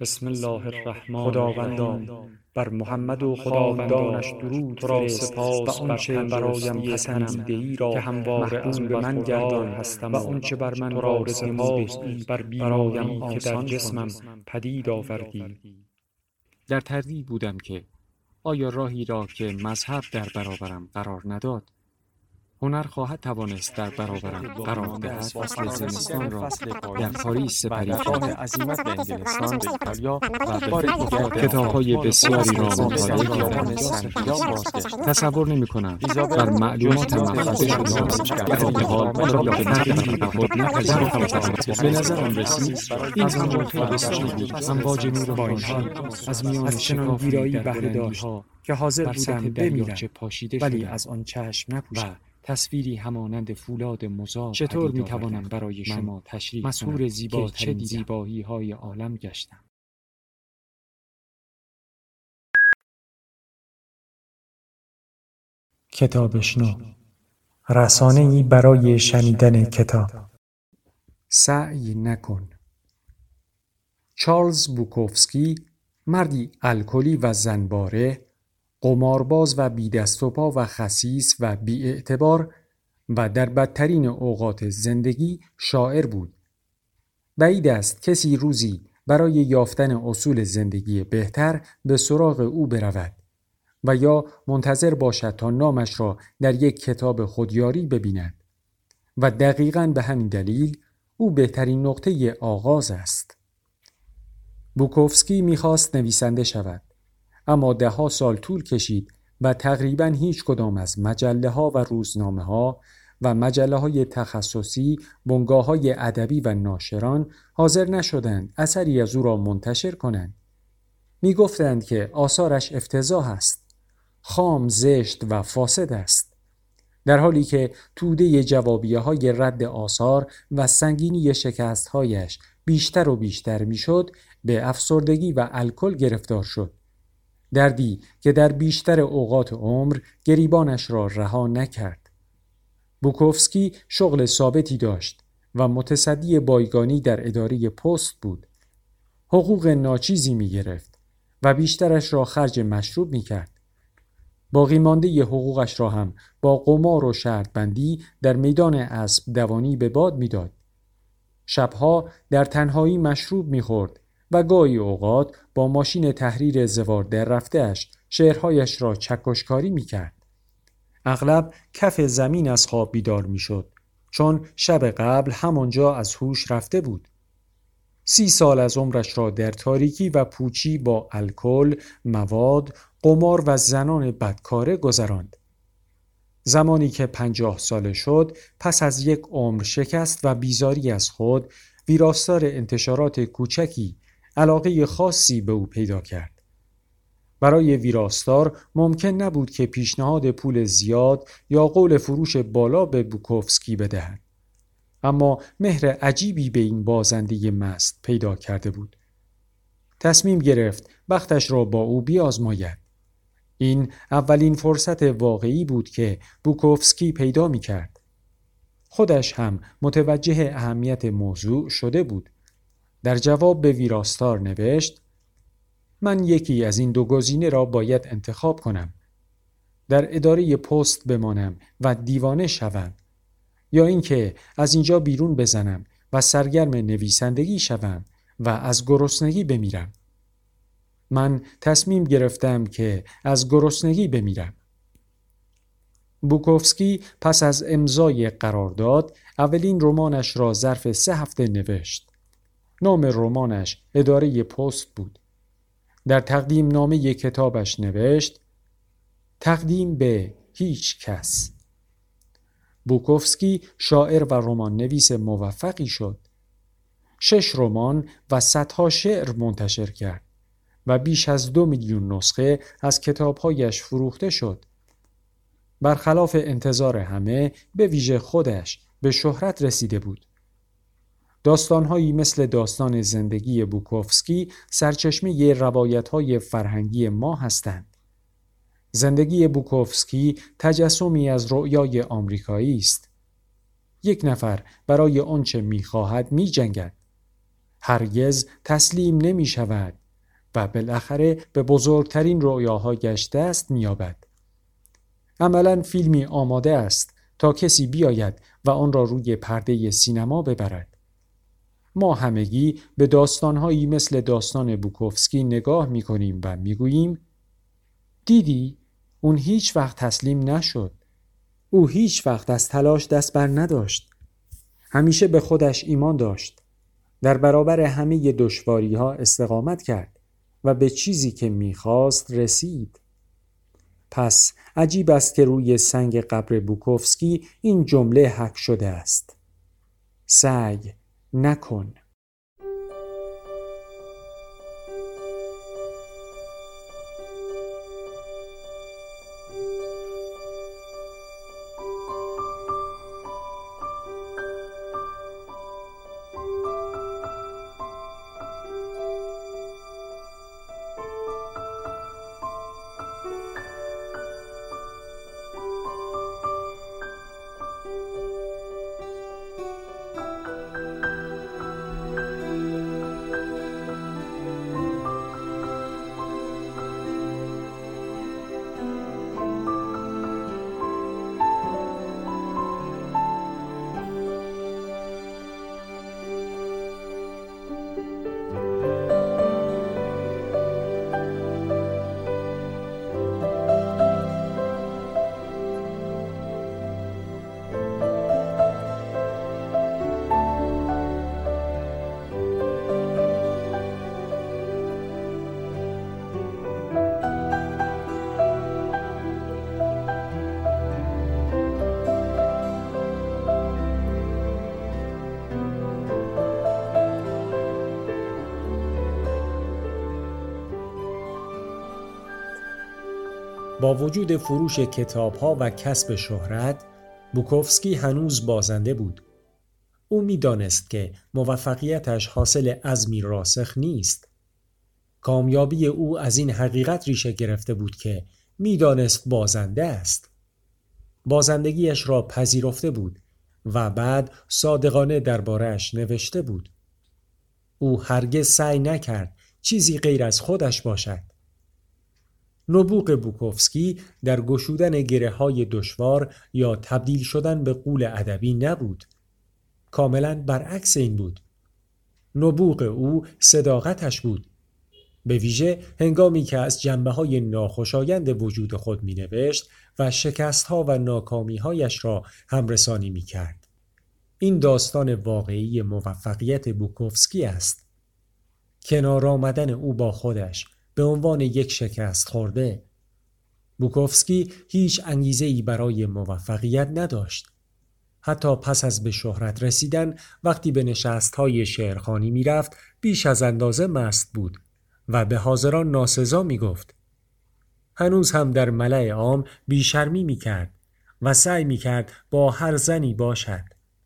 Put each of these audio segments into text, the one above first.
بسم الله الرحمن خداوندا بر محمد و خاندانش درود تو را فرست سپاس و آنچه بر برایم تندرستی پسندیده ای را که همواره از محبوب آن من برخوردار گردان هستم و آنچه بر من تو را وارد نموده سپاس ای بر برایم بیماری که در آسان جسمم کن پدید آوردی. در تردید بودم که آیا راهی را که مذهب در برابرم قرار نداد هنر خواهد توانست در برابرم قرار دهد. فصل زمستان را در پاریس سپری کردم عزیمت به انگلستان، به ایتالیا و به کتاب‌های بسیاری را مطالعه کردم. تصور نمی‌کنم بر معلومات مخفی شده در این حال را به تغییری به خود نپذیرفتم. به نظرم رسید این زمان بسیاری بود. امواج نور خورشید از میان از چنان شکافی گیرایی در بهره داشت بلندی‌ها که حاضر بر سطح بودم دریاچه بمیرم، پاشیده ولی شدم از آن چشم نپوشم. و تصویری همانند فولاد مزار چطور پدید می‌توانم آوردم برای شما تشریح مسحور کنم زیباترین که چه زیبایی‌های عالم گشتم. کتابشنو، رسانه‌ای برای شنیدن کتاب. سعی نکن. چارلز بوکوفسکی، مردی الکلی و زنباره، قمارباز و بی دست و پا و خسیس و بی اعتبار و در بدترین اوقات زندگی شاعر بود. بعید است کسی روزی برای یافتن اصول زندگی بهتر به سراغ او برود و یا منتظر باشد تا نامش را در یک کتاب خودیاری ببیند و دقیقاً به همین دلیل او بهترین نقطه آغاز است. بوکوفسکی می‌خواست نویسنده شود، اما 10 سال طول کشید و تقریباً هیچ کدام از مجله‌ها و روزنامه‌ها و مجله‌های تخصصی، بنگاه‌های ادبی و ناشران حاضر نشدند اثری از او را منتشر کنند. می‌گفتند که آثارش افتضاح است، خام، زشت و فاسد است، در حالی که توده جوابیه‌های رد آثار و سنگینی شکست‌هایش بیشتر و بیشتر می‌شد، به افسردگی و الکل گرفتار شد. دردی که در بیشتر اوقات عمر گریبانش را رها نکرد. بوکوفسکی شغل ثابتی داشت و متصدی بایگانی در اداره پست بود. حقوق ناچیزی می‌گرفت و بیشترش را خرج مشروب می‌کرد. باقی مانده حقوقش را هم با قمار و شرط بندی در میدان اسب دوانی به باد می‌داد. شبها در تنهایی مشروب می‌خورد و گاهی اوقات با ماشین تحریر زوار در رفته‌اش شعرهایش را چکشکاری می‌کرد. اغلب کف زمین از خواب بیدار می‌شد، چون شب قبل همانجا از هوش رفته بود. 30 سال از عمرش را در تاریکی و پوچی با الکل، مواد، قمار و زنان بدکاره گذراند. زمانی که 50 ساله شد، پس از یک عمر شکست و بیزاری از خود، ویراستار انتشارات کوچکی علاقه خاصی به او پیدا کرد. برای ویراستار ممکن نبود که پیشنهاد پول زیاد یا قول فروش بالا به بوکوفسکی بدهد. اما مهر عجیبی به این بازنده مست پیدا کرده بود. تصمیم گرفت بختش را با او بیازماید. این اولین فرصت واقعی بود که بوکوفسکی پیدا می کرد. خودش هم متوجه اهمیت موضوع شده بود. در جواب به ویراستار نوشت: من یکی از این 2 گزینه را باید انتخاب کنم. در اداره پست بمانم و دیوانه شوم، یا اینکه از اینجا بیرون بزنم و سرگرم نویسندگی شوم و از گرسنگی بمیرم. من تصمیم گرفتم که از گرسنگی بمیرم. بوکوفسکی پس از امضای قرارداد اولین رمانش را ظرف 3 هفته نوشت. نام رمانش اداره پست بود. در تقدیم نامه کتابش نوشت: تقدیم به هیچ کس. بوکوفسکی شاعر و رمان نویس موفقی شد. 6 رمان و صدها شعر منتشر کرد و بیش از 2 میلیون نسخه از کتابهایش فروخته شد. برخلاف انتظار همه، به ویژه خودش به شهرت رسیده بود. داستانهایی مثل داستان زندگی بوکوفسکی سرچشمه روایت‌های فرهنگی ما هستند. زندگی بوکوفسکی تجسمی از رؤیای آمریکایی است. یک نفر برای آنچه می‌خواهد می‌جنگد. هرگز تسلیم نمی شود و بالاخره به بزرگترین رؤیاهایش دست می یابد. عملاً فیلمی آماده است تا کسی بیاید و آن را روی پرده سینما ببرد. ما همگی به داستانهایی مثل داستان بوکوفسکی نگاه می کنیم و می گوییم دیدی؟ اون هیچ وقت تسلیم نشد. او هیچ وقت از تلاش دست بر نداشت. همیشه به خودش ایمان داشت. در برابر همه دشواری‌ها استقامت کرد و به چیزی که می‌خواست رسید. پس عجیب است که روی سنگ قبر بوکوفسکی این جمله حک شده است: سعی نکن. با وجود فروش کتاب‌ها و کسب شهرت، بوکوفسکی هنوز بازنده بود. او می‌دانست که موفقیتش حاصل عزمی راسخ نیست. کامیابی او از این حقیقت ریشه گرفته بود که می‌دانست بازنده است. بازندگیش را پذیرفته بود و بعد صادقانه درباره‌اش نوشته بود. او هرگز سعی نکرد چیزی غیر از خودش باشد. نبوغ بوکوفسکی در گشودن گره‌های دشوار یا تبدیل شدن به غول ادبی نبود. کاملاً برعکس این بود. نبوغ او صداقتش بود. به ویژه هنگامی که از جنبه‌های ناخوشایند وجود خود می‌نوشت و شکست‌ها و ناکامی‌هایش را همرسانی می‌کرد. این داستان واقعی موفقیت بوکوفسکی است. کنار آمدن او با خودش به عنوان یک شکست خورده. بوکوفسکی هیچ انگیزه‌ای برای موفقیت نداشت. حتی پس از به شهرت رسیدن، وقتی به نشست‌های شعرخوانی می‌رفت، بیش از اندازه مست بود و به حاضران ناسزا می‌گفت. هنوز هم در ملأ عام بیشرمی می‌کرد و سعی می‌کرد با هر زنی باشد.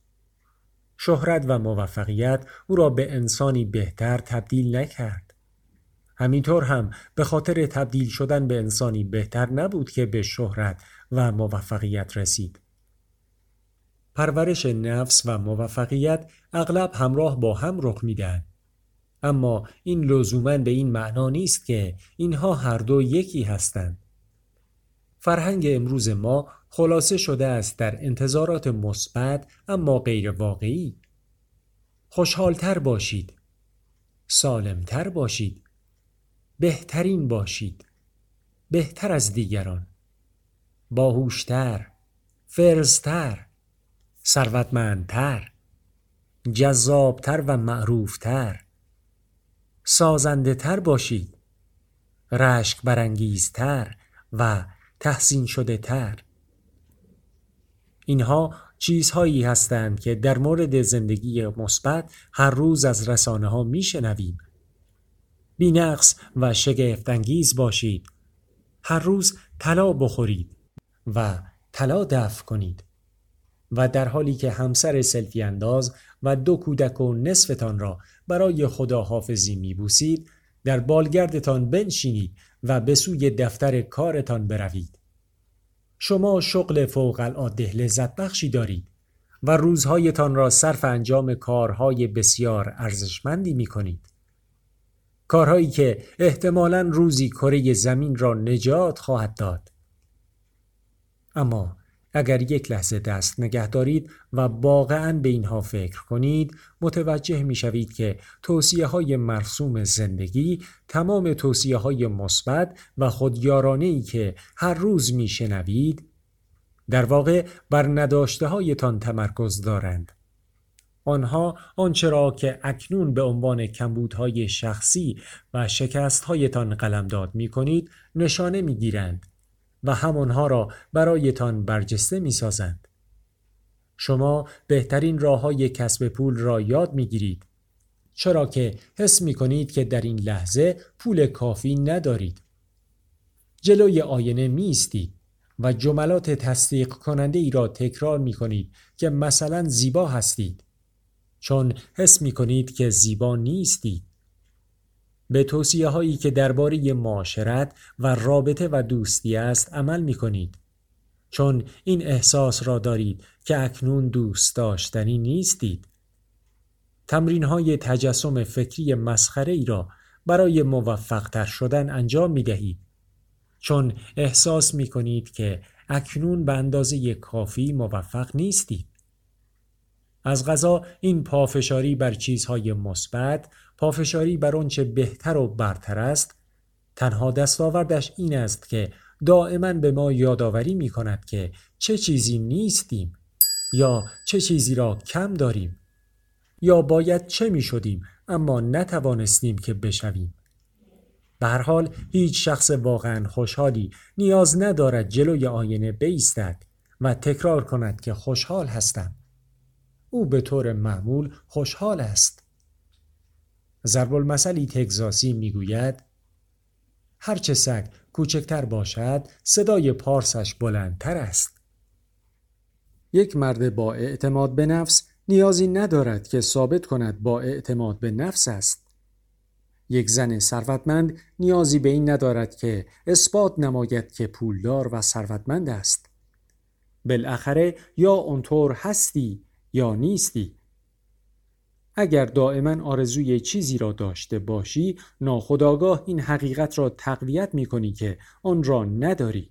شهرت و موفقیت او را به انسانی بهتر تبدیل نکرد. همینطور هم به خاطر تبدیل شدن به انسانی بهتر نبود که به شهرت و موفقیت رسید. پرورش نفس و موفقیت اغلب همراه با هم رخ میدهند. اما این لزوماً به این معنا نیست که اینها هر دو یکی هستند. فرهنگ امروز ما خلاصه شده است در انتظارات مثبت اما غیر واقعی. خوشحالتر باشید، سالمتر باشید، بهترین باشید، بهتر از دیگران، باهوشتر، فرزتر، ثروتمندتر، جذابتر و معروفتر، سازنده تر باشید، رشک برانگیزتر و تحسین شده تر. اینها چیزهایی هستند که در مورد زندگی مثبت هر روز از رسانه‌ها میشنویم. بی‌نقص و شگفت‌انگیز باشید. هر روز طلا بخورید و طلا دفع کنید. و در حالی که همسر سلفی انداز و 2 کودک و نصفتان را برای خداحافظی میبوسید، در بالگردتان بنشینید و به سوی دفتر کارتان بروید. شما شغل فوق العاده لذت بخشی دارید و روزهایتان را صرف انجام کارهای بسیار ارزشمندی می کنید. کارهایی که احتمالاً روزی کره زمین را نجات خواهد داد. اما اگر یک لحظه دست نگه دارید و واقعاً به اینها فکر کنید، متوجه می شوید که توصیه‌های مرسوم زندگی، تمام توصیه‌های مثبت و خودیارانه‌ای که هر روز می شنوید، در واقع بر نداشته‌هایتان تمرکز دارند. آنها آنچه را که اکنون به عنوان کمبودهای شخصی و شکست‌هایتان قلمداد می کنید نشانه می گیرند و همانها را برایتان برجسته می سازند. شما بهترین راه‌های کسب پول را یاد می گیرید، چرا که حس می کنید که در این لحظه پول کافی ندارید. جلوی آینه می ایستید و جملات تصدیق کننده ای را تکرار می کنید که مثلا زیبا هستید، چون حس می کنید که زیبا نیستید. به توصیه هایی که درباره معاشرت و رابطه و دوستی است عمل می کنید، چون این احساس را دارید که اکنون دوست داشتنی نیستید. تمرین های تجسم فکری مسخره ای را برای موفق تر شدن انجام می دهید، چون احساس می کنید که اکنون به اندازه کافی موفق نیستید. از قضا این پافشاری بر چیزهای مثبت، پافشاری بر آنچه بهتر و برتر است، تنها دستاوردش این است که دائما به ما یادآوری می کند که چه چیزی نیستیم یا چه چیزی را کم داریم یا باید چه می شدیم اما نتوانستیم که بشویم. به هر حال هیچ شخص واقعا خوشحالی نیاز ندارد جلوی آینه بایستد و تکرار کند که خوشحال هستم. او به طور معمول خوشحال است. ضرب المثلی تگزاسی میگوید هرچه سگ کوچکتر باشد صدای پارسش بلندتر است. یک مرد با اعتماد به نفس نیازی ندارد که ثابت کند با اعتماد به نفس است. یک زن ثروتمند نیازی به این ندارد که اثبات نماید که پولدار و ثروتمند است. بالاخره یا اونطور هستی یا نیستی. اگر دائما آرزوی چیزی را داشته باشی، ناخودآگاه این حقیقت را تقویت می‌کنی که آن را نداری.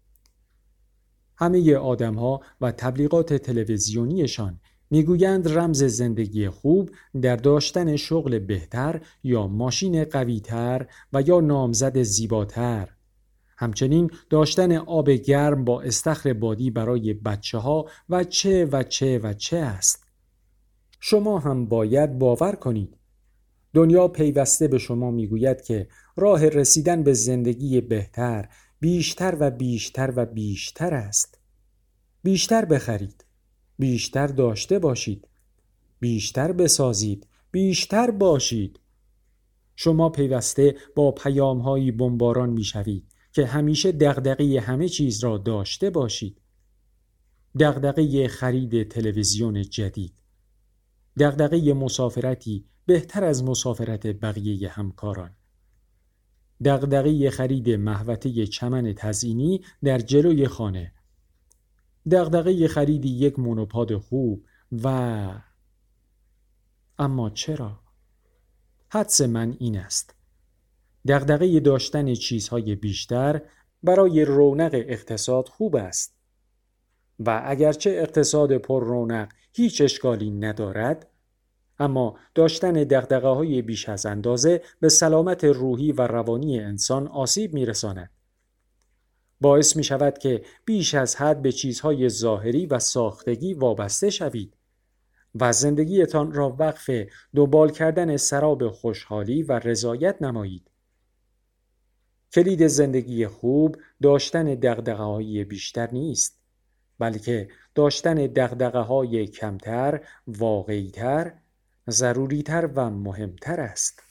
همه آدم‌ها و تبلیغات تلویزیونیشان میگویند رمز زندگی خوب در داشتن شغل بهتر یا ماشین قوی‌تر و یا نامزد زیباتر، همچنین داشتن آب گرم با استخر بادی برای بچه‌ها و چه است. شما هم باید باور کنید. دنیا پیوسته به شما میگوید که راه رسیدن به زندگی بهتر بیشتر و بیشتر و بیشتر است. بیشتر بخرید، بیشتر داشته باشید، بیشتر بسازید، بیشتر باشید. شما پیوسته با پیام‌هایی بمباران میشوید که همیشه دغدغه همه چیز را داشته باشید. دغدغه خرید تلویزیون جدید، دغدغه مسافرتی بهتر از مسافرت بقیه همکاران، دغدغه خرید محوطه چمن تزئینی در جلوی خانه، دغدغه خرید یک مونوپاد خوب و اما چرا؟ حدس من این است: دغدغه داشتن چیزهای بیشتر برای رونق اقتصاد خوب است و اگرچه اقتصاد پر رونق هیچ اشکالی ندارد، اما داشتن دغدغه‌های بیش از اندازه به سلامت روحی و روانی انسان آسیب می‌رساند. باعث می‌شود که بیش از حد به چیزهای ظاهری و ساختگی وابسته شوید و زندگیتان را وقف دنبال کردن سراب خوشحالی و رضایت نمایید. کلید زندگی خوب داشتن دغدغه‌های بیشتر نیست، بلکه داشتن دغدغه‌های کمتر، واقعی‌تر، ضروری‌تر و مهمتر است.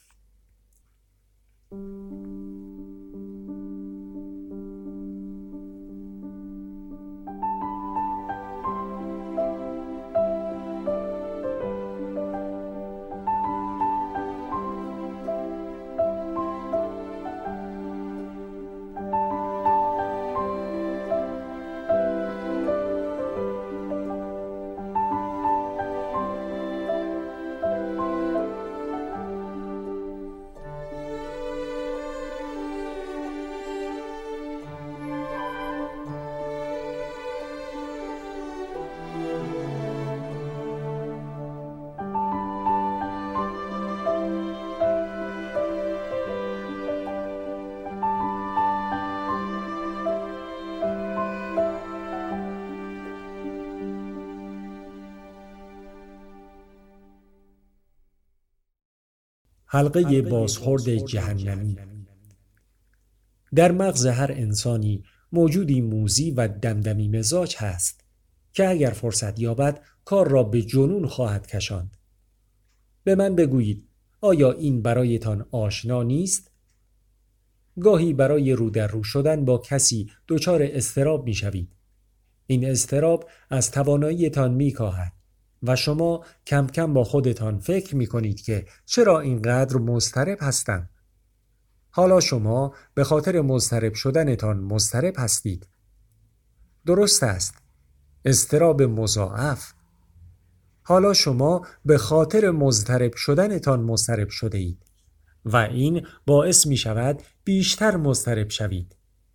حلقه بازخورد جهنمی. در مغز هر انسانی موجودی موذی و دمدمی مزاج هست که اگر فرصت یابد کار را به جنون خواهد کشاند. به من بگویید آیا این برایتان آشنا نیست؟ گاهی برای رو در رو شدن با کسی دچار اضطراب می شوید. این اضطراب از تواناییتان می کاهد و شما کم کم با خودتان فکر می کنید که چرا اینقدر مضطرب هستم؟ حالا شما به خاطر مضطرب شدنتان مضطرب هستید. درست است. اضطراب مضاعف. حالا شما به خاطر مضطرب شدنتان مضطرب شده اید و این باعث می شود بیشتر مضطرب شوید.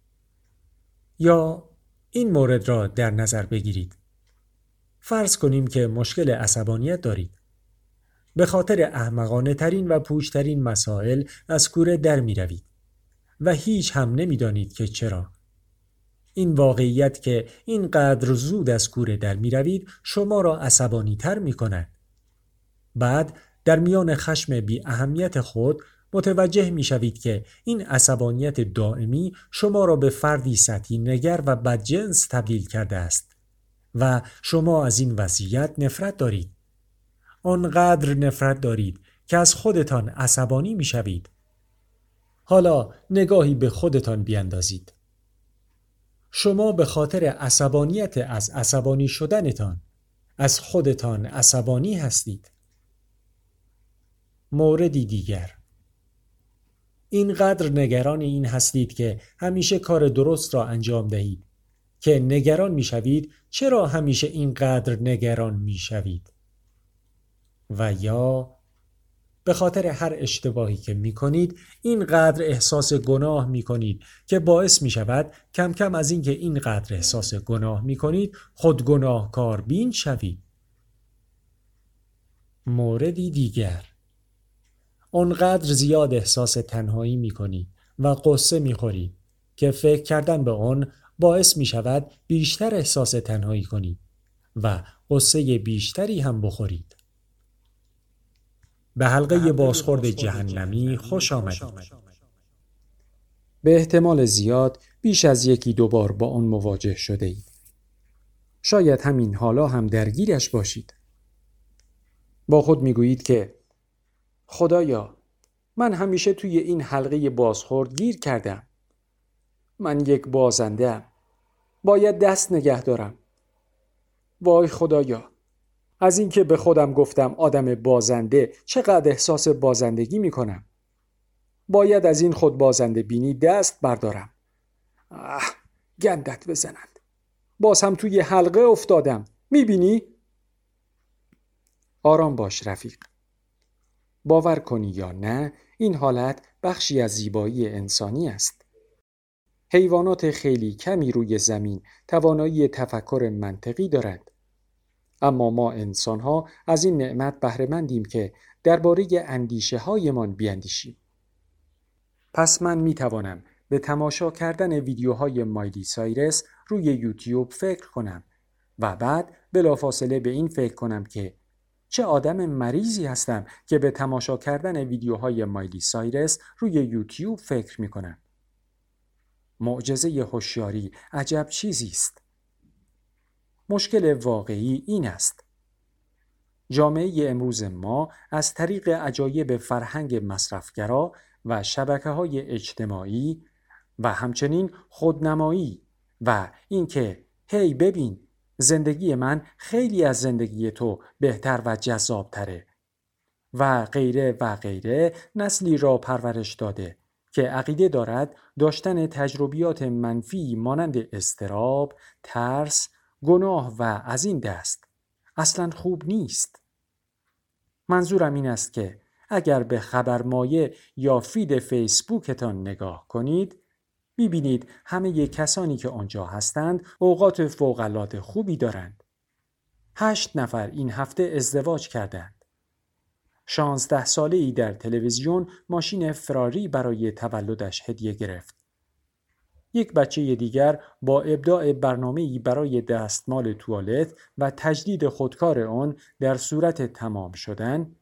یا این مورد را در نظر بگیرید. فرض کنیم که مشکل عصبانیت دارید. به خاطر احمقانه ترین و پوچترین مسائل از کوره در می روید و هیچ هم نمی دانید که چرا. این واقعیت که اینقدر زود از کوره در می روید شما را عصبانی تر می کند. بعد در میان خشم بی اهمیت خود متوجه می شوید که این عصبانیت دائمی شما را به فردی سطحی نگر و بدجنس تبدیل کرده است و شما از این وضعیت نفرت دارید. آنقدر نفرت دارید که از خودتان عصبانی می شوید. حالا نگاهی به خودتان بیندازید. شما به خاطر عصبانیت از عصبانی شدنتان از خودتان عصبانی هستید. موردی دیگر. اینقدر نگران این هستید که همیشه کار درست را انجام دهید که نگران می شوید چرا همیشه اینقدر نگران می شوید. و یا به خاطر هر اشتباهی که می کنید اینقدر احساس گناه می کنید که باعث می شود کم کم از اینکه اینقدر احساس گناه می کنید خود گناهکار بین شوید. موردی دیگر. آنقدر زیاد احساس تنهایی می کنید و قصه می خورید که فکر کردن به آن باعث می شود بیشتر احساس تنهایی کنید و قصه بیشتری هم بخورید. به حلقه بازخورد جهنمی خوش آمدید. به احتمال زیاد بیش از یکی دو بار با آن مواجه شده اید. شاید همین حالا هم درگیرش باشید. با خود میگویید که خدایا من همیشه توی این حلقه بازخورد گیر کردم. من یک بازنده‌ام. باید دست نگه دارم. وای خدایا، از این که به خودم گفتم آدم بازنده چقدر احساس بازندگی میکنم. باید از این خود بازنده بینی دست بردارم. گندت بزنند. باز هم توی حلقه افتادم. میبینی؟ آرام باش رفیق. باور کنی یا نه این حالت بخشی از زیبایی انسانی است. حیوانات خیلی کمی روی زمین توانایی تفکر منطقی دارند. اما ما انسان‌ها از این نعمت بهره مندیم که درباره اندیشه هایمان بیاندیشیم. پس من میتوانم به تماشا کردن ویدیوهای مایلی سایرس روی یوتیوب فکر کنم و بعد بلافاصله به این فکر کنم که چه آدم مریضی هستم که به تماشا کردن ویدیوهای مایلی سایرس روی یوتیوب فکر میکنم. معجزه هوشیاری عجب چیزی است. مشکل واقعی این است. جامعه امروز ما از طریق عجایب فرهنگ مصرفگرا و شبکه‌های اجتماعی و همچنین خودنمایی و اینکه هی ببین زندگی من خیلی از زندگی تو بهتر و جذاب‌تره و غیره و غیره نسلی را پرورش داده که عقیده دارد داشتن تجربیات منفی مانند اضطراب، ترس، گناه و از این دست اصلاً خوب نیست. منظورم این است که اگر به خبرمایه یا فید فیسبوکتان نگاه کنید می‌بینید همه کسانی که آنجا هستند اوقات فوق‌العاده خوبی دارند. 8 نفر این هفته ازدواج کردند. 16 ساله‌ای در تلویزیون ماشین فراری برای تولدش هدیه گرفت. یک بچه دیگر با ابداع برنامه‌ای برای دستمال توالت و تجدید خودکار آن در صورت تمام شدن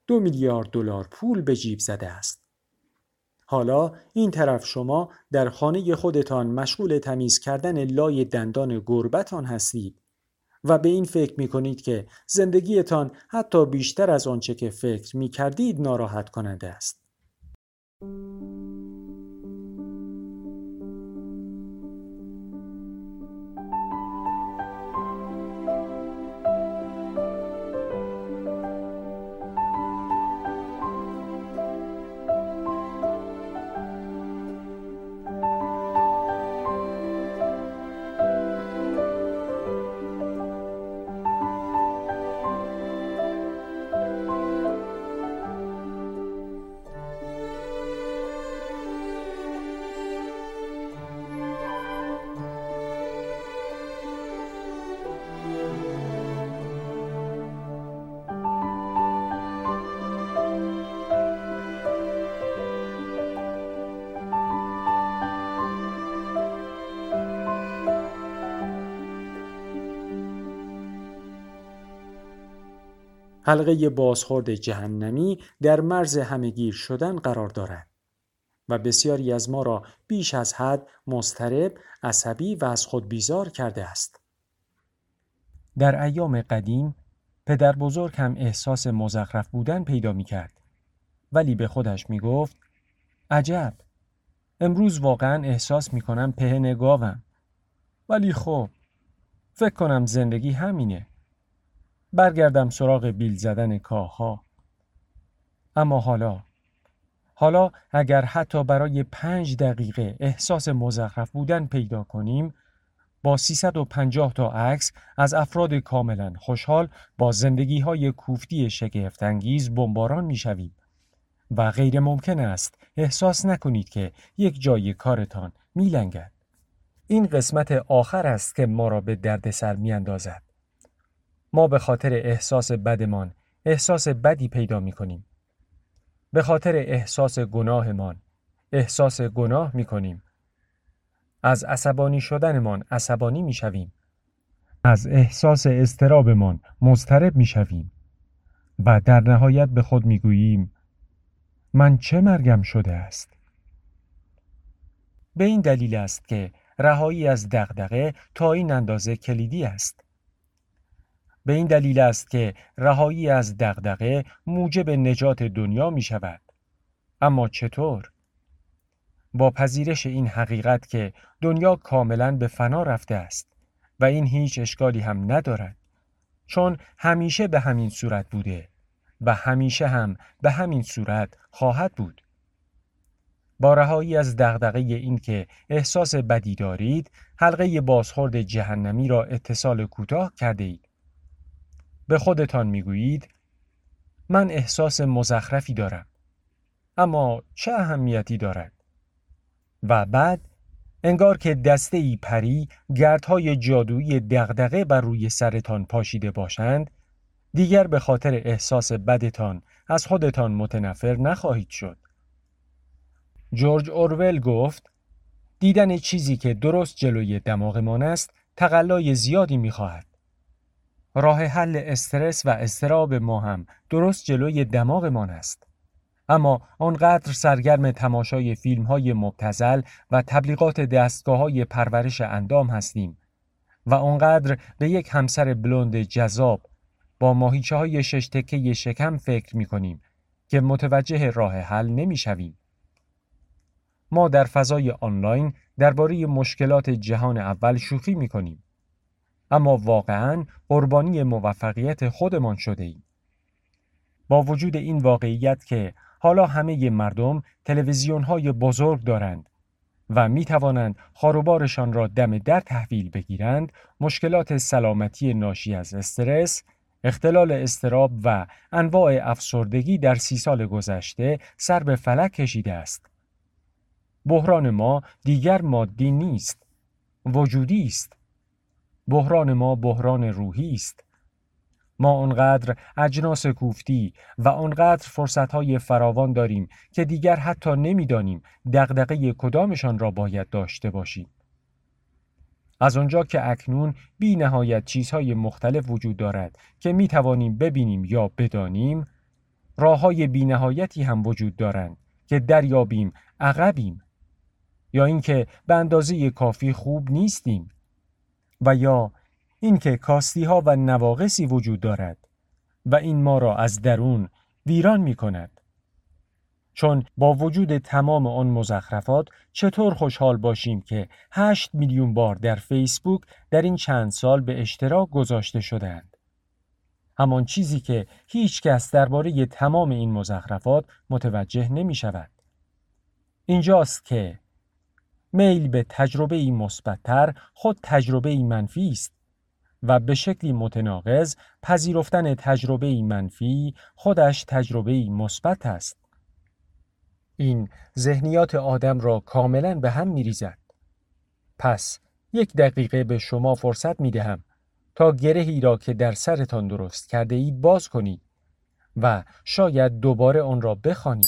$2 میلیارد پول به جیب زده است. حالا این طرف شما در خانه خودتان مشغول تمیز کردن لای دندان گربتان هستید و به این فکر می کنید که زندگیتان حتی بیشتر از آنچه که فکر می کردید ناراحت کننده است. حلقه بازخورد جهنمی در مرز همه‌گیر شدن قرار دارد و بسیاری از ما را بیش از حد مضطرب، عصبی و از خود بیزار کرده است. در ایام قدیم پدر بزرگ هم احساس مزخرف بودن پیدا می کرد. ولی به خودش می گفت عجب، امروز واقعا احساس می کنم پهن گاوم. ولی خب، فکر کنم زندگی همینه. برگردم سراغ بیل زدن کاهها. اما حالا اگر حتی برای 5 دقیقه احساس مزخرف بودن پیدا کنیم، با 350 تا عکس از افراد کاملا خوشحال با زندگی‌های کوفتی شگفت‌انگیز بمباران می‌شویم و غیر ممکن است احساس نکنید که یک جای کارتان می‌لنگد. این قسمت آخر است که ما را به دردسر می‌اندازد. ما به خاطر احساس بدمان احساس بدی پیدا می‌کنیم. به خاطر احساس گناهمان احساس گناه می‌کنیم. از عصبانی شدنمان عصبانی می‌شویم. از احساس اضطرابمان مضطرب می‌شویم. و در نهایت به خود می‌گوییم من چه مرگم شده است؟ به این دلیل است که رهایی از دغدغه تا این اندازه کلیدی است. به این دلیل است که رهایی از دغدغه موجب نجات دنیا می شود. اما چطور؟ با پذیرش این حقیقت که دنیا کاملا به فنا رفته است و این هیچ اشکالی هم ندارد، چون همیشه به همین صورت بوده و همیشه هم به همین صورت خواهد بود. با رهایی از دغدغه این که احساس بدی دارید، حلقه بازخورد جهنمی را اتصال کوتاه کرده اید. به خودتان میگویید من احساس مزخرفی دارم، اما چه اهمیتی دارد؟ و بعد انگار که دسته‌ای پری گردهای جادویی دغدغه بر روی سرتان پاشیده باشند، دیگر به خاطر احساس بدتان از خودتان متنفر نخواهید شد. جورج اورول گفت دیدن چیزی که درست جلوی دماغمان است تقلای زیادی می‌خواهد. راه حل استرس و اضطراب ما هم درست جلوی دماغمان است. اما آنقدر سرگرم تماشای فیلم‌های مبتذل و تبلیغات دستگاه‌های پرورش اندام هستیم و آنقدر به یک همسر بلوند جذاب با ماهیچه‌های 6 تکه شکم فکر می‌کنیم که متوجه راه حل نمی‌شویم. ما در فضای آنلاین درباره مشکلات جهان اول شوخی می‌کنیم، اما واقعاً قربانی موفقیت خودمان شده ایم. با وجود این واقعیت که حالا همه مردم تلویزیون‌های بزرگ دارند و می‌توانند خاروبارشان را دم در تحویل بگیرند، مشکلات سلامتی ناشی از استرس، اختلال اضطراب و انواع افسردگی در 30 سال گذشته سر به فلک کشیده است. بحران ما دیگر مادی نیست، وجودی است. بحران ما بحران روحی است. ما آنقدر اجناس کوفتی و آنقدر فرصت‌های فراوان داریم که دیگر حتی نمی‌دانیم دغدغه کدامشان را باید داشته باشیم. از آنجا که اکنون بی نهایت چیزهای مختلف وجود دارد که می‌توانیم ببینیم یا بدانیم، راه‌های بی‌نهایتی هم وجود دارند که دریابیم عقبیم، یا اینکه به اندازه کافی خوب نیستیم، و یا اینکه کاستی‌ها و نواقصی وجود دارد و این ما را از درون ویران می‌کند. چون با وجود تمام آن مزخرفات چطور خوشحال باشیم که 8 میلیون بار در فیسبوک در این چند سال به اشتراک گذاشته شدند. همان چیزی که هیچ کس درباره تمام این مزخرفات متوجه نمی شود. اینجاست که میل به تجربه‌ای مثبت‌تر خود تجربه‌ای منفی است و به شکلی متناقض پذیرفتن تجربه‌ای منفی خودش تجربه‌ای مثبت است. این ذهنیات آدم را کاملاً به هم می‌ریزد. پس 1 دقیقه به شما فرصت می‌دهم تا گرهی را که در سرتان درست کرده اید باز کنید و شاید دوباره آن را بخوانید.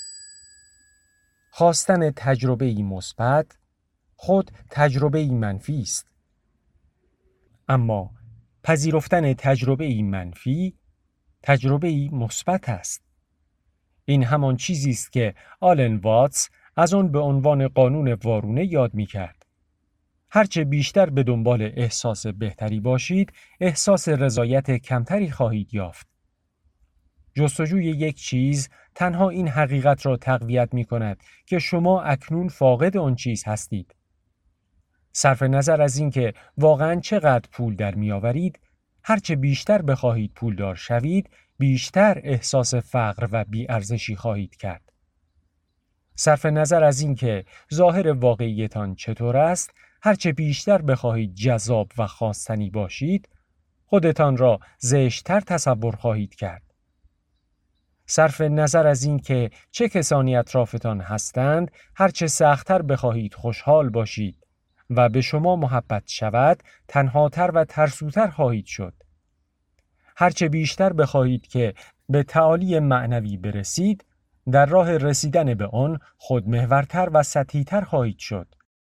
خواستن تجربه‌ای مثبت خود تجربه‌ای منفی است. اما پذیرفتن تجربه‌ای منفی تجربه‌ای مثبت است. این همان چیزی است که آلن واتس از آن به عنوان قانون وارونه یاد می‌کرد. هرچه بیشتر به دنبال احساس بهتری باشید، احساس رضایت کمتری خواهید یافت. جستجوی یک چیز تنها این حقیقت را تقویت می‌کند که شما اکنون فاقد آن چیز هستید. صرف نظر از اینکه واقعاً چقدر پول در می‌آورید، هرچه بیشتر بخواهید پولدار شوید، بیشتر احساس فقر و بی‌ارزشی خواهید کرد. صرف نظر از اینکه ظاهر واقعیتان چطور است، هرچه بیشتر بخواهید جذاب و خواستنی باشید، خودتان را زشت‌تر تصور خواهید کرد. صرف نظر از اینکه چه کسانی اطرافتان هستند، هرچه سخت‌تر بخواهید خوشحال باشید و به شما محبت شود، تنهاتر و ترسوتر خواهید شد. هرچه بیشتر بخواهید که به تعالی معنوی برسید، در راه رسیدن به آن خودمحورتر و سطحی‌تر خواهید شد.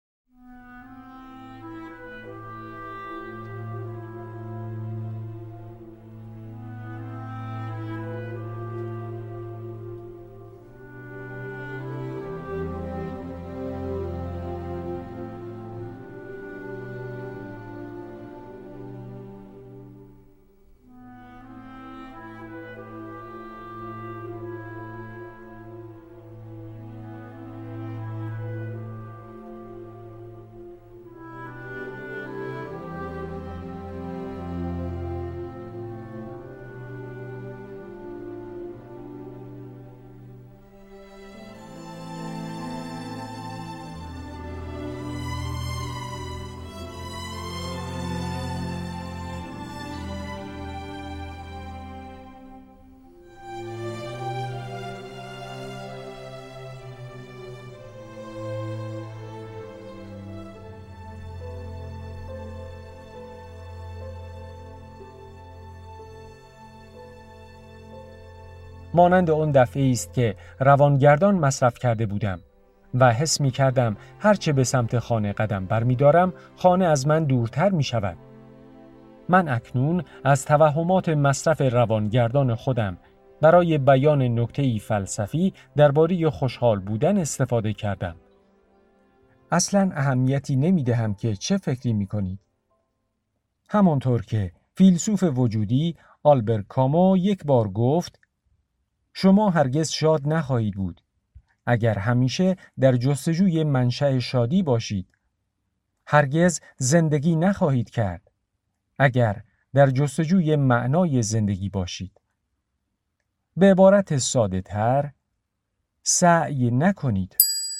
مانند آن دفعه است که روانگردان مصرف کرده بودم و حس می کردم هرچه به سمت خانه قدم برمی دارم، خانه از من دورتر می شود. من اکنون از توهمات مصرف روانگردان خودم برای بیان نکته‌ای فلسفی درباره خوشحال بودن استفاده کردم. اصلاً اهمیتی نمی دهم که چه فکری می کنید. همانطور که فیلسوف وجودی آلبر کامو یک بار گفت، شما هرگز شاد نخواهید بود اگر همیشه در جستجوی منشأ شادی باشید. هرگز زندگی نخواهید کرد اگر در جستجوی معنای زندگی باشید. به عبارت ساده تر، سعی نکنید.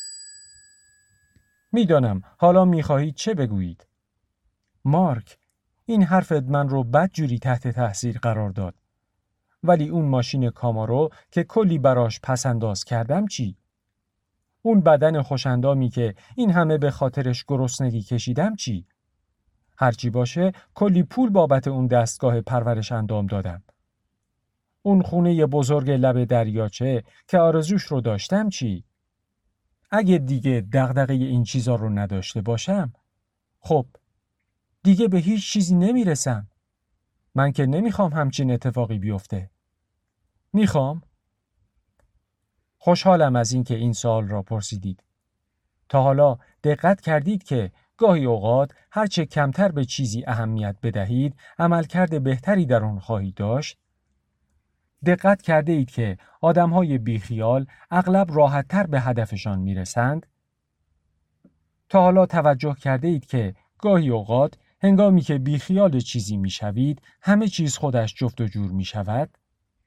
میدانم حالا میخواهید چه بگویید. مارک، این حرفت من رو بدجوری تحت تاثیر قرار داد. ولی اون ماشین کامارو که کلی براش پسنداز کردم چی؟ اون بدن خوشندامی که این همه به خاطرش گرسنگی کشیدم چی؟ هرچی باشه کلی پول بابت اون دستگاه پرورش اندام دادم. اون خونه بزرگ لب دریاچه که آرزوش رو داشتم چی؟ اگه دیگه دغدغه این چیزا رو نداشته باشم، خب دیگه به هیچ چیزی نمیرسم. من که نمیخوام همچین اتفاقی بیفته. میخوام خوشحالم از اینکه این سوال را پرسیدید. تا حالا دقت کردید که گاهی اوقات هرچه کمتر به چیزی اهمیت بدهید، عملکرد بهتری در آن خواهید داشت؟ دقت کرده اید که آدم‌های بیخیال اغلب راحت‌تر به هدفشان میرسند؟ تا حالا توجه کرده اید که گاهی اوقات هنگامی که بیخیال چیزی میشوید، همه چیز خودش جفت و جور میشود؟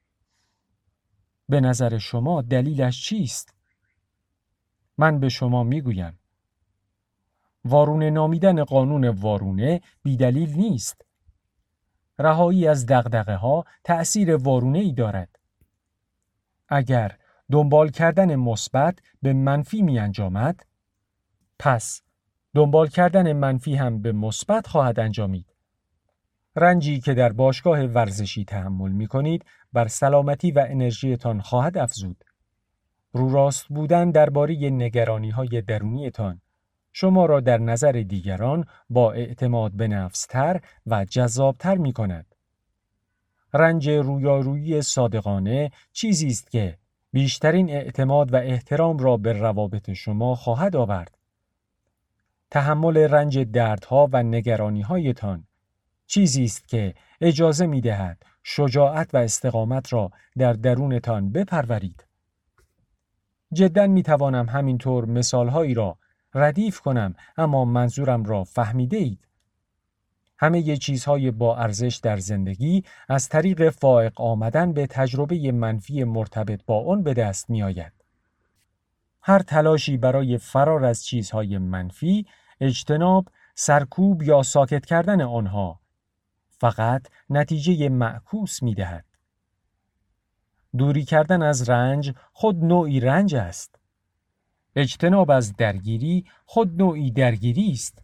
به نظر شما دلیلش چیست؟ من به شما میگویم. وارونه نامیدن قانون وارونه بیدلیل نیست. رهایی از دغدغه‌ها تأثیر وارونه‌ای دارد. اگر دنبال کردن مثبت به منفی می انجامد، پس دنبال کردن منفی هم به مثبت خواهد انجامید. رنجی که در باشگاه ورزشی تحمل می کنید بر سلامتی و انرژیتان خواهد افزود. رو راست بودن درباره نگرانی‌های درونیتان شما را در نظر دیگران با اعتماد به نفس‌تر و جذابتر می کند. رنج رویارویی صادقانه چیزی است که بیشترین اعتماد و احترام را به روابط شما خواهد آورد. تحمل رنج دردها و نگرانی‌هایتان چیزی است که اجازه می دهد شجاعت و استقامت را در درونتان بپرورید. جداً می توانم همینطور مثالهایی را ردیف کنم، اما منظورم را فهمیده اید. همه چیزهای با ارزش در زندگی از طریق فائق آمدن به تجربه منفی مرتبط با آن به دست می آید. هر تلاشی برای فرار از چیزهای منفی، اجتناب، سرکوب یا ساکت کردن آنها فقط نتیجه معکوس می دهد. دوری کردن از رنج خود نوعی رنج است. اجتناب از درگیری خود نوعی درگیری است.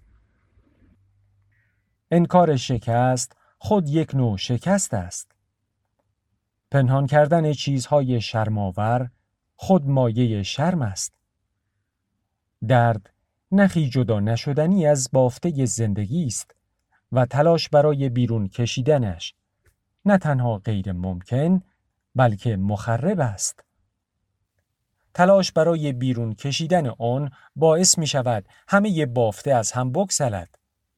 انکار شکست خود یک نوع شکست است. پنهان کردن چیزهای شرم‌آور خود مایه شرم است. درد نخی جدا نشدنی از بافته زندگی است و تلاش برای بیرون کشیدنش نه تنها غیر ممکن بلکه مخرب است. تلاش برای بیرون کشیدن آن باعث می شود همه بافته از هم بگسلد.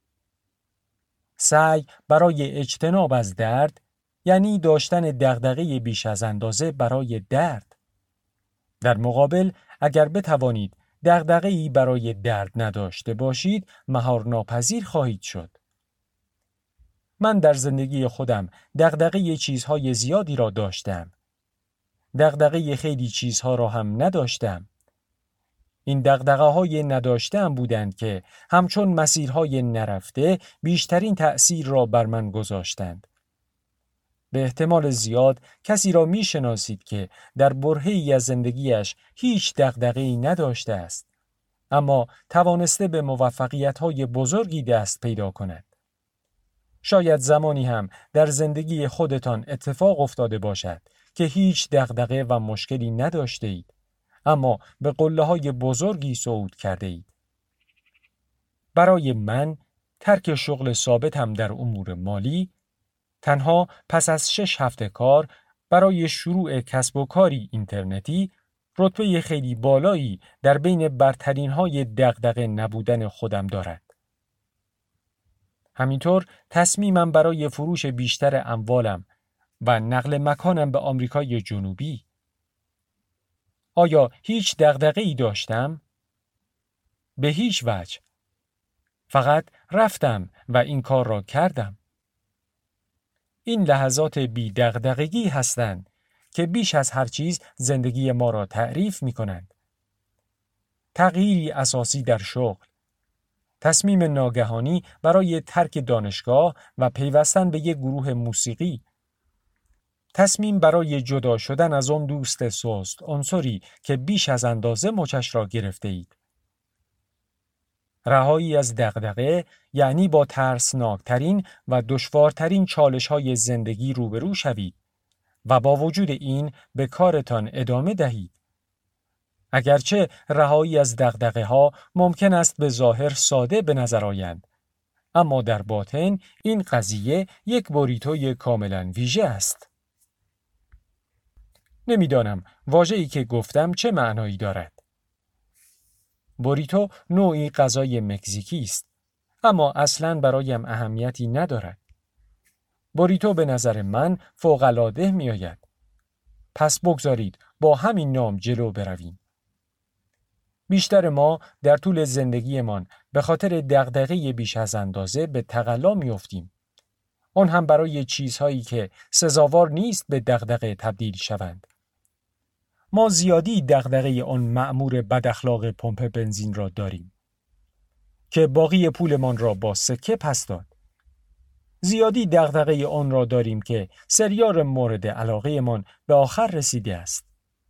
سعی برای اجتناب از درد یعنی داشتن دغدغه بیش از اندازه برای درد. در مقابل اگر بتوانید دغدغه‌ای برای درد نداشته باشید، مهارناپذیر خواهید شد. من در زندگی خودم دغدغه چیزهای زیادی را داشتم. دغدغه خیلی چیزها را هم نداشتم. این دغدغه‌های نداشتم بودند که همچون مسیرهای نرفته بیشترین تأثیر را بر من گذاشتند. به احتمال زیاد کسی را می‌شناسید که در برهه‌ای از زندگیش هیچ دغدغه‌ای نداشته است، اما توانسته به موفقیت‌های بزرگی دست پیدا کند. شاید زمانی هم در زندگی خودتان اتفاق افتاده باشد که هیچ دغدغه و مشکلی نداشته اید، اما به قله‌های بزرگی صعود کرده اید. برای من ترک شغل ثابتم در امور مالی تنها پس از 6 هفته کار برای شروع کسب و کاری اینترنتی رتبه خیلی بالایی در بین برترین‌های دغدغه نبودن خودم دارد. همینطور تصمیمم برای فروش بیشتر اموالم و نقل مکانم به آمریکای جنوبی. آیا هیچ دغدغه‌ای داشتم؟ به هیچ وجه. فقط رفتم و این کار را کردم. این لحظات بی دغدغگی هستند که بیش از هر چیز زندگی ما را تعریف می کنند. تغییری اساسی در شغل، تصمیم ناگهانی برای ترک دانشگاه و پیوستن به یک گروه موسیقی، تصمیم برای جدا شدن از آن دوست سست عنصری که بیش از اندازه مچش را گرفته اید. رهایی از دغدغه یعنی با ترسناکترین و دشوارترین چالش‌های زندگی روبرو شوید و با وجود این به کارتان ادامه دهید. اگرچه رهایی از دغدغه‌ها ممکن است به ظاهر ساده به نظر آیند، اما در باطن این قضیه یک بوریتوی کاملا ویژه است. نمیدانم واژه‌ای که گفتم چه معنایی دارد. بوریتو نوعی غذای مکزیکی است، اما اصلاً برایم اهمیتی ندارد. بوریتو به نظر من فوق‌العاده می‌آید. پس بگذارید با همین نام جلو برویم. بیشتر ما در طول زندگیمان به خاطر دغدغه بیش از اندازه به تقلا می‌افتیم. آن هم برای چیزهایی که سزاوار نیست به دغدغه تبدیل شوند. ما زیادی دغدغه آن مأمور بداخلاق پمپ بنزین را داریم که باقی پولمان را با سکه پس داد. زیادی دغدغه آن را داریم که سریال مورد علاقه‌مان به آخر رسیده است.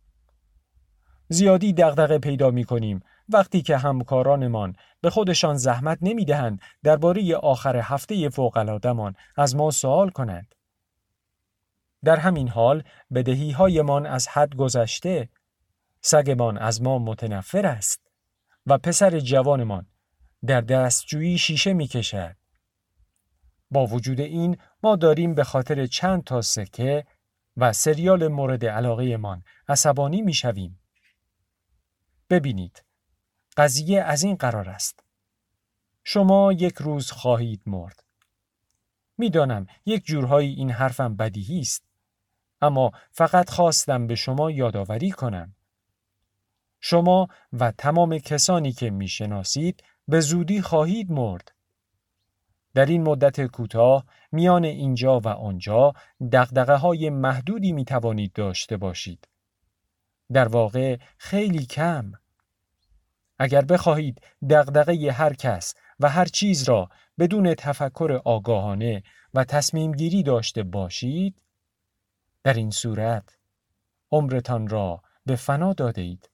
زیادی دغدغه پیدا می‌کنیم وقتی که همکارانمان به خودشان زحمت نمی‌دهند درباره آخر هفته فوق‌العاده‌مان از ما سوال کنند. در همین حال بدهی‌هایمان از حد گذشته، سگمان از ما متنفر است و پسر جوانمان در دستجویی شیشه می‌کشد. با وجود این ما داریم به خاطر چند تا سکه و سریال مورد علاقه‌مان عصبانی می‌شویم. ببینید، قضیه از این قرار است. شما یک روز خواهید مرد. میدانم یک جورهایی این حرفم بدیهی است، اما فقط خواستم به شما یادآوری کنم. شما و تمام کسانی که میشناسید به زودی خواهید مرد. در این مدت کوتاه میان اینجا و آنجا دغدغه‌های محدودی میتوانید داشته باشید. در واقع خیلی کم. اگر بخواهید دغدغه هر کس و هر چیز را بدون تفکر آگاهانه و تصمیم گیری داشته باشید، در این صورت عمرتان را به فنا داده اید.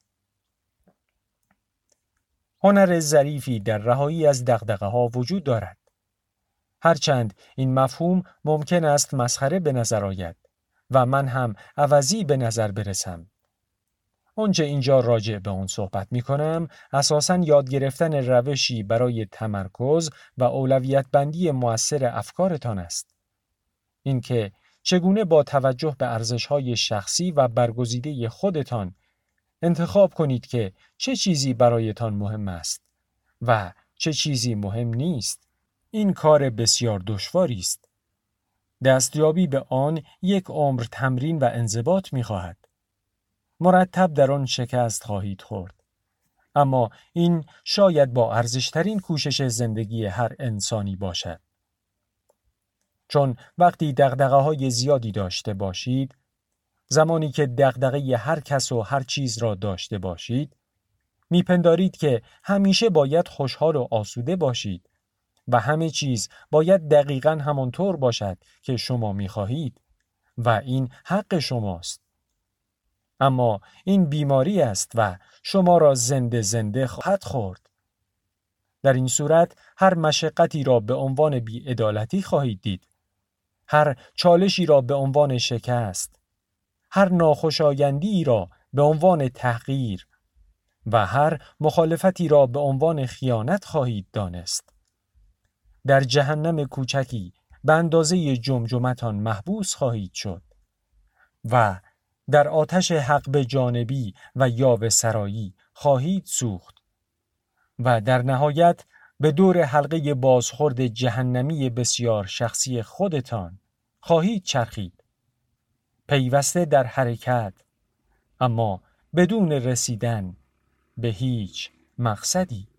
هنر ظریفی در رهایی از دغدغه‌ها وجود دارد. هرچند این مفهوم ممکن است مسخره به نظر آید و من هم عوضی به نظر برسم. آنچه اینجا راجع به آن صحبت می کنم اساساً یاد گرفتن روشی برای تمرکز و اولویت بندی مؤثر افکارتان است. اینکه چگونه با توجه به ارزش‌های شخصی و برگزیده خودتان انتخاب کنید که چه چیزی برایتان مهم است و چه چیزی مهم نیست. این کار بسیار دشواری است. دستیابی به آن یک عمر تمرین و انضباط می‌خواهد. مرتب در آن شکست خواهید خورد. اما این شاید با ارزشترین کوشش زندگی هر انسانی باشد. چون وقتی دغدغه‌های زیادی داشته باشید، زمانی که دغدغه هر کس و هر چیز را داشته باشید، میپندارید که همیشه باید خوشحال و آسوده باشید و همه چیز باید دقیقاً همانطور باشد که شما میخواهید و این حق شماست. اما این بیماری است و شما را زنده خواهد خورد. در این صورت هر مشقتی را به عنوان بی‌عدالتی خواهید دید. هر چالشی را به عنوان شکست، هر ناخوشایندی را به عنوان تحقیر و هر مخالفتی را به عنوان خیانت خواهید دانست. در جهنم کوچکی به اندازه جمجمتان محبوس خواهید شد و در آتش حق به جانبی و یاوه سرایی خواهید سوخت و در نهایت به دور حلقه بازخورد جهنمی بسیار شخصی خودتان خواهید چرخید، پیوسته در حرکت، اما بدون رسیدن به هیچ مقصدی.